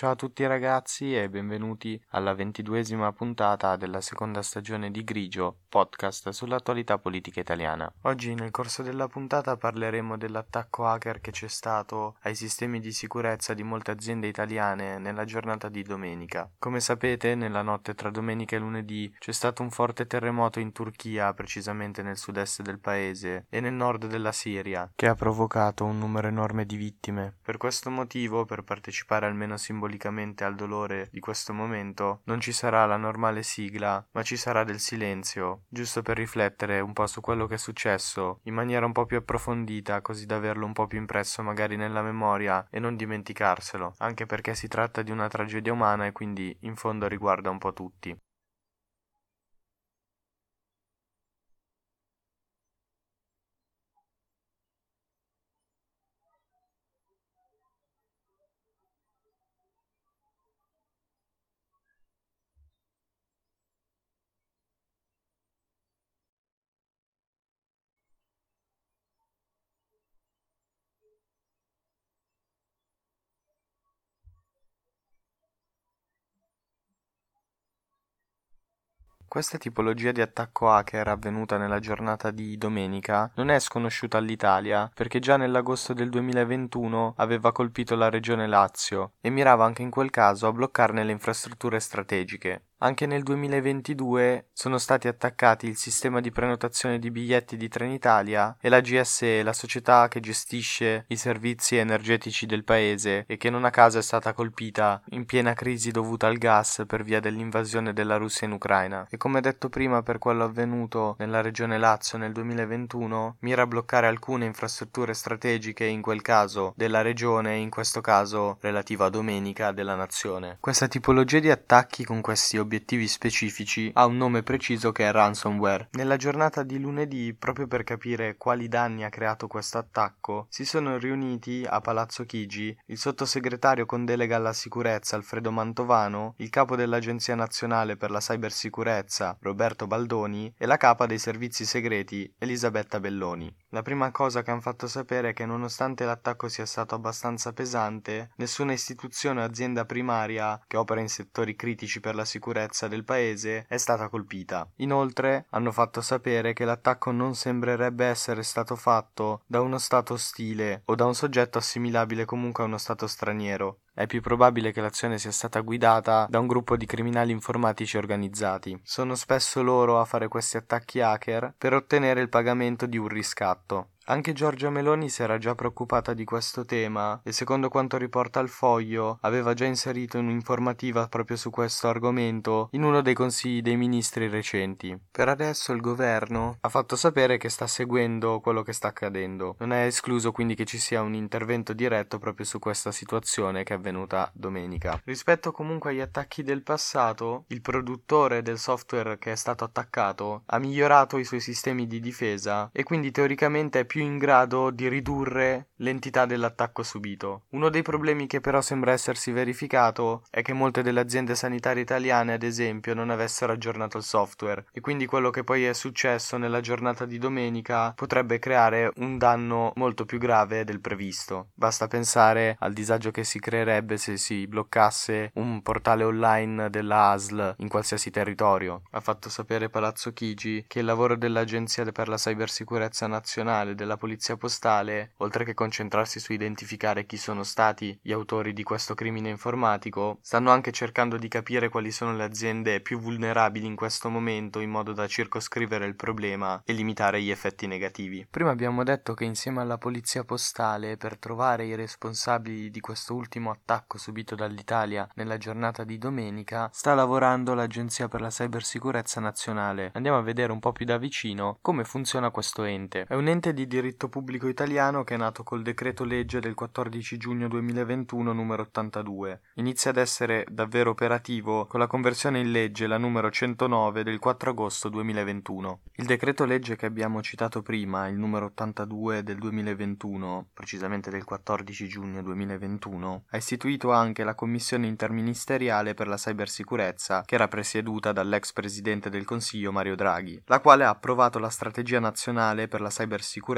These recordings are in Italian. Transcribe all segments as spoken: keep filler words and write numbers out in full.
Ciao a tutti ragazzi e benvenuti alla ventiduesima puntata della seconda stagione di Grigio, podcast sull'attualità politica italiana. Oggi nel corso della puntata parleremo dell'attacco hacker che c'è stato ai sistemi di sicurezza di molte aziende italiane nella giornata di domenica. Come sapete, nella notte tra domenica e lunedì c'è stato un forte terremoto in Turchia, precisamente nel sud-est del paese e nel nord della Siria, che ha provocato un numero enorme di vittime. Per questo motivo, per partecipare almeno simbolicamente al dolore di questo momento, non ci sarà la normale sigla, ma ci sarà del silenzio, giusto per riflettere un po' su quello che è successo in maniera un po' più approfondita, così da averlo un po' più impresso magari nella memoria e non dimenticarselo, anche perché si tratta di una tragedia umana e quindi in fondo riguarda un po' tutti. Questa tipologia di attacco hacker avvenuta nella giornata di domenica non è sconosciuta all'Italia perché già nell'agosto del duemilaventuno aveva colpito la regione Lazio e mirava anche in quel caso a bloccarne le infrastrutture strategiche. Anche nel duemilaventidue sono stati attaccati il sistema di prenotazione di biglietti di Trenitalia e la G S E, la società che gestisce i servizi energetici del paese e che non a caso è stata colpita in piena crisi dovuta al gas per via dell'invasione della Russia in Ucraina. E come detto prima, per quello avvenuto nella regione Lazio nel duemilaventuno, mira a bloccare alcune infrastrutture strategiche, in quel caso della regione e in questo caso relativa a domenica della nazione. Questa tipologia di attacchi con questi obiettivi obiettivi specifici ha un nome preciso che è ransomware. Nella giornata di lunedì, proprio per capire quali danni ha creato questo attacco, si sono riuniti a Palazzo Chigi il sottosegretario con delega alla sicurezza Alfredo Mantovano, il capo dell'Agenzia Nazionale per la Cybersicurezza Roberto Baldoni e la capa dei servizi segreti Elisabetta Belloni. La prima cosa che hanno fatto sapere è che nonostante l'attacco sia stato abbastanza pesante, nessuna istituzione o azienda primaria che opera in settori critici per la sicurezza del paese è stata colpita. Inoltre hanno fatto sapere che l'attacco non sembrerebbe essere stato fatto da uno stato ostile o da un soggetto assimilabile comunque a uno stato straniero. È più probabile che l'azione sia stata guidata da un gruppo di criminali informatici organizzati. Sono spesso loro a fare questi attacchi hacker per ottenere il pagamento di un riscatto. Anche Giorgia Meloni si era già preoccupata di questo tema e, secondo quanto riporta il Foglio, aveva già inserito un'informativa proprio su questo argomento in uno dei consigli dei ministri recenti. Per adesso il governo ha fatto sapere che sta seguendo quello che sta accadendo. Non è escluso quindi che ci sia un intervento diretto proprio su questa situazione che è avvenuta domenica. Rispetto comunque agli attacchi del passato, il produttore del software che è stato attaccato ha migliorato i suoi sistemi di difesa e quindi teoricamente è più in grado di ridurre l'entità dell'attacco subito. Uno dei problemi che però sembra essersi verificato è che molte delle aziende sanitarie italiane, ad esempio, non avessero aggiornato il software e quindi quello che poi è successo nella giornata di domenica potrebbe creare un danno molto più grave del previsto. Basta pensare al disagio che si creerebbe se si bloccasse un portale online della A S L in qualsiasi territorio. Ha fatto sapere Palazzo Chigi che il lavoro dell'Agenzia per la Cybersicurezza Nazionale della Polizia Postale, oltre che concentrarsi su identificare chi sono stati gli autori di questo crimine informatico, stanno anche cercando di capire quali sono le aziende più vulnerabili in questo momento in modo da circoscrivere il problema e limitare gli effetti negativi. Prima abbiamo detto che insieme alla Polizia Postale, per trovare i responsabili di questo ultimo attacco subito dall'Italia nella giornata di domenica, sta lavorando l'Agenzia per la Cybersicurezza Nazionale. Andiamo a vedere un po' più da vicino come funziona questo ente. È un ente di diritto pubblico italiano che è nato col decreto legge del quattordici giugno duemilaventuno numero ottantadue. Inizia ad essere davvero operativo con la conversione in legge la numero centonove del quattro agosto duemilaventuno. Il decreto legge che abbiamo citato prima, il numero ottantadue del duemilaventuno, precisamente del quattordici giugno duemilaventuno, ha istituito anche la Commissione interministeriale per la cybersicurezza, che era presieduta dall'ex presidente del Consiglio Mario Draghi, la quale ha approvato la strategia nazionale per la cybersicurezza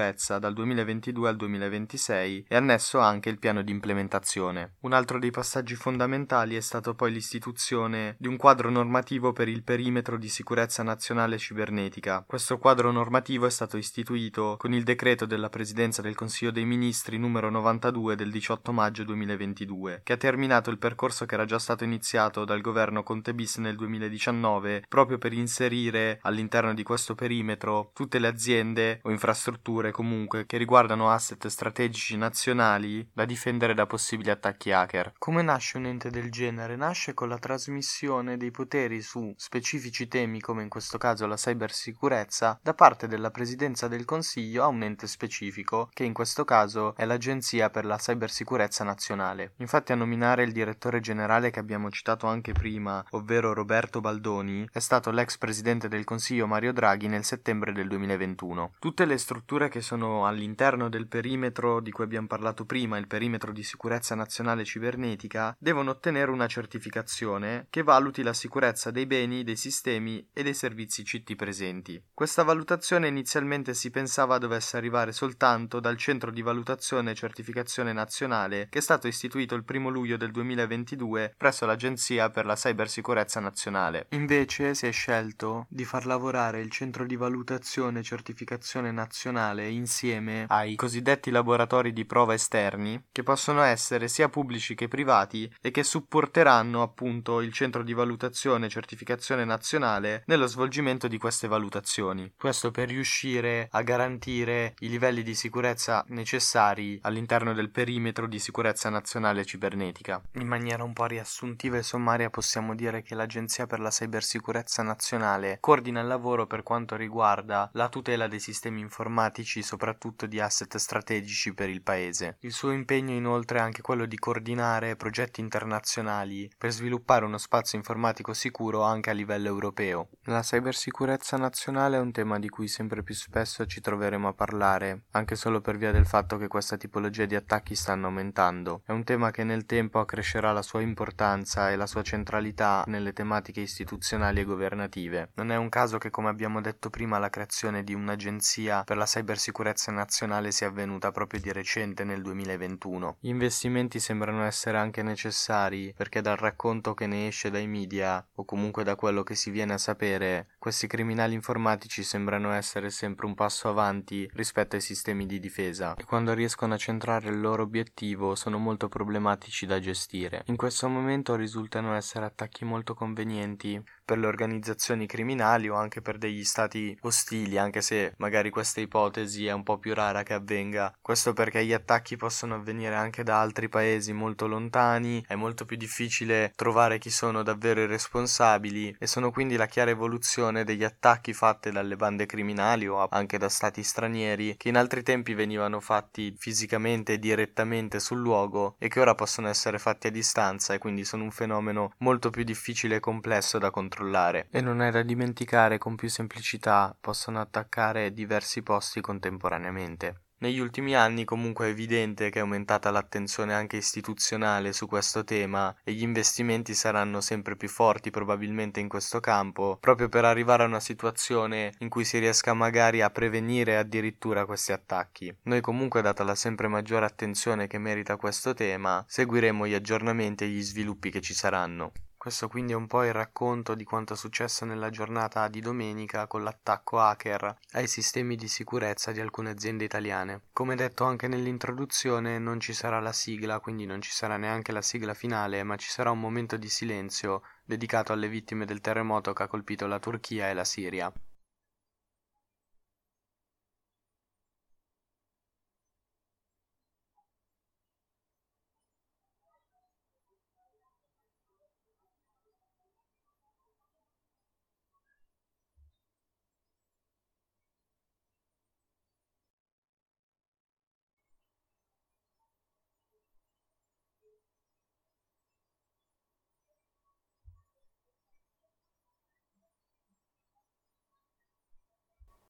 cybersicurezza dal duemilaventidue al duemilaventisei e annesso anche il piano di implementazione. Un altro dei passaggi fondamentali è stato poi l'istituzione di un quadro normativo per il perimetro di sicurezza nazionale cibernetica. Questo quadro normativo è stato istituito con il decreto della Presidenza del Consiglio dei Ministri numero novantadue del diciotto maggio duemilaventidue, che ha terminato il percorso che era già stato iniziato dal governo Conte-bis nel duemiladiciannove, proprio per inserire all'interno di questo perimetro tutte le aziende o infrastrutture comunque che riguardano asset strategici nazionali da difendere da possibili attacchi hacker. Come nasce un ente del genere? Nasce con la trasmissione dei poteri su specifici temi, come in questo caso la cybersicurezza, da parte della Presidenza del Consiglio a un ente specifico, che in questo caso è l'Agenzia per la Cybersicurezza Nazionale. Infatti a nominare il direttore generale che abbiamo citato anche prima, ovvero Roberto Baldoni, è stato l'ex Presidente del Consiglio Mario Draghi nel settembre del duemilaventuno. Tutte le strutture che sono all'interno del perimetro di cui abbiamo parlato prima, il perimetro di sicurezza nazionale cibernetica, devono ottenere una certificazione che valuti la sicurezza dei beni, dei sistemi e dei servizi C T presenti. Questa valutazione inizialmente si pensava dovesse arrivare soltanto dal Centro di Valutazione e Certificazione Nazionale, che è stato istituito il primo luglio del duemilaventidue presso l'Agenzia per la Cybersicurezza Nazionale. Invece si è scelto di far lavorare il Centro di Valutazione e Certificazione Nazionale insieme ai cosiddetti laboratori di prova esterni, che possono essere sia pubblici che privati e che supporteranno appunto il Centro di Valutazione e Certificazione Nazionale nello svolgimento di queste valutazioni. Questo per riuscire a garantire i livelli di sicurezza necessari all'interno del perimetro di sicurezza nazionale cibernetica. In maniera un po' riassuntiva e sommaria possiamo dire che l'Agenzia per la Cybersicurezza Nazionale coordina il lavoro per quanto riguarda la tutela dei sistemi informatici, soprattutto di asset strategici per il paese. Il suo impegno inoltre è anche quello di coordinare progetti internazionali per sviluppare uno spazio informatico sicuro anche a livello europeo. La cybersicurezza nazionale è un tema di cui sempre più spesso ci troveremo a parlare, anche solo per via del fatto che questa tipologia di attacchi stanno aumentando. È un tema che nel tempo accrescerà la sua importanza e la sua centralità nelle tematiche istituzionali e governative. Non è un caso che, come abbiamo detto prima, la creazione di un'agenzia per la cybersicurezza nazionale sia avvenuta proprio di recente nel duemilaventuno. Gli investimenti sembrano essere anche necessari perché dal racconto che ne esce dai media o comunque da quello che si viene a sapere, questi criminali informatici sembrano essere sempre un passo avanti rispetto ai sistemi di difesa e quando riescono a centrare il loro obiettivo sono molto problematici da gestire. In questo momento risultano essere attacchi molto convenienti per le organizzazioni criminali o anche per degli stati ostili, anche se magari questa ipotesi è un po' più rara che avvenga. Questo perché gli attacchi possono avvenire anche da altri paesi molto lontani, è molto più difficile trovare chi sono davvero i responsabili e sono quindi la chiara evoluzione degli attacchi fatti dalle bande criminali o anche da stati stranieri che in altri tempi venivano fatti fisicamente e direttamente sul luogo e che ora possono essere fatti a distanza e quindi sono un fenomeno molto più difficile e complesso da controllare. E non è da dimenticare, con più semplicità possono attaccare diversi posti contemporaneamente. Negli ultimi anni comunque è evidente che è aumentata l'attenzione anche istituzionale su questo tema e gli investimenti saranno sempre più forti probabilmente in questo campo, proprio per arrivare a una situazione in cui si riesca magari a prevenire addirittura questi attacchi. Noi comunque, data la sempre maggiore attenzione che merita questo tema, seguiremo gli aggiornamenti e gli sviluppi che ci saranno. Questo quindi è un po' il racconto di quanto è successo nella giornata di domenica con l'attacco hacker ai sistemi di sicurezza di alcune aziende italiane. Come detto anche nell'introduzione, non ci sarà la sigla, quindi non ci sarà neanche la sigla finale, ma ci sarà un momento di silenzio dedicato alle vittime del terremoto che ha colpito la Turchia e la Siria.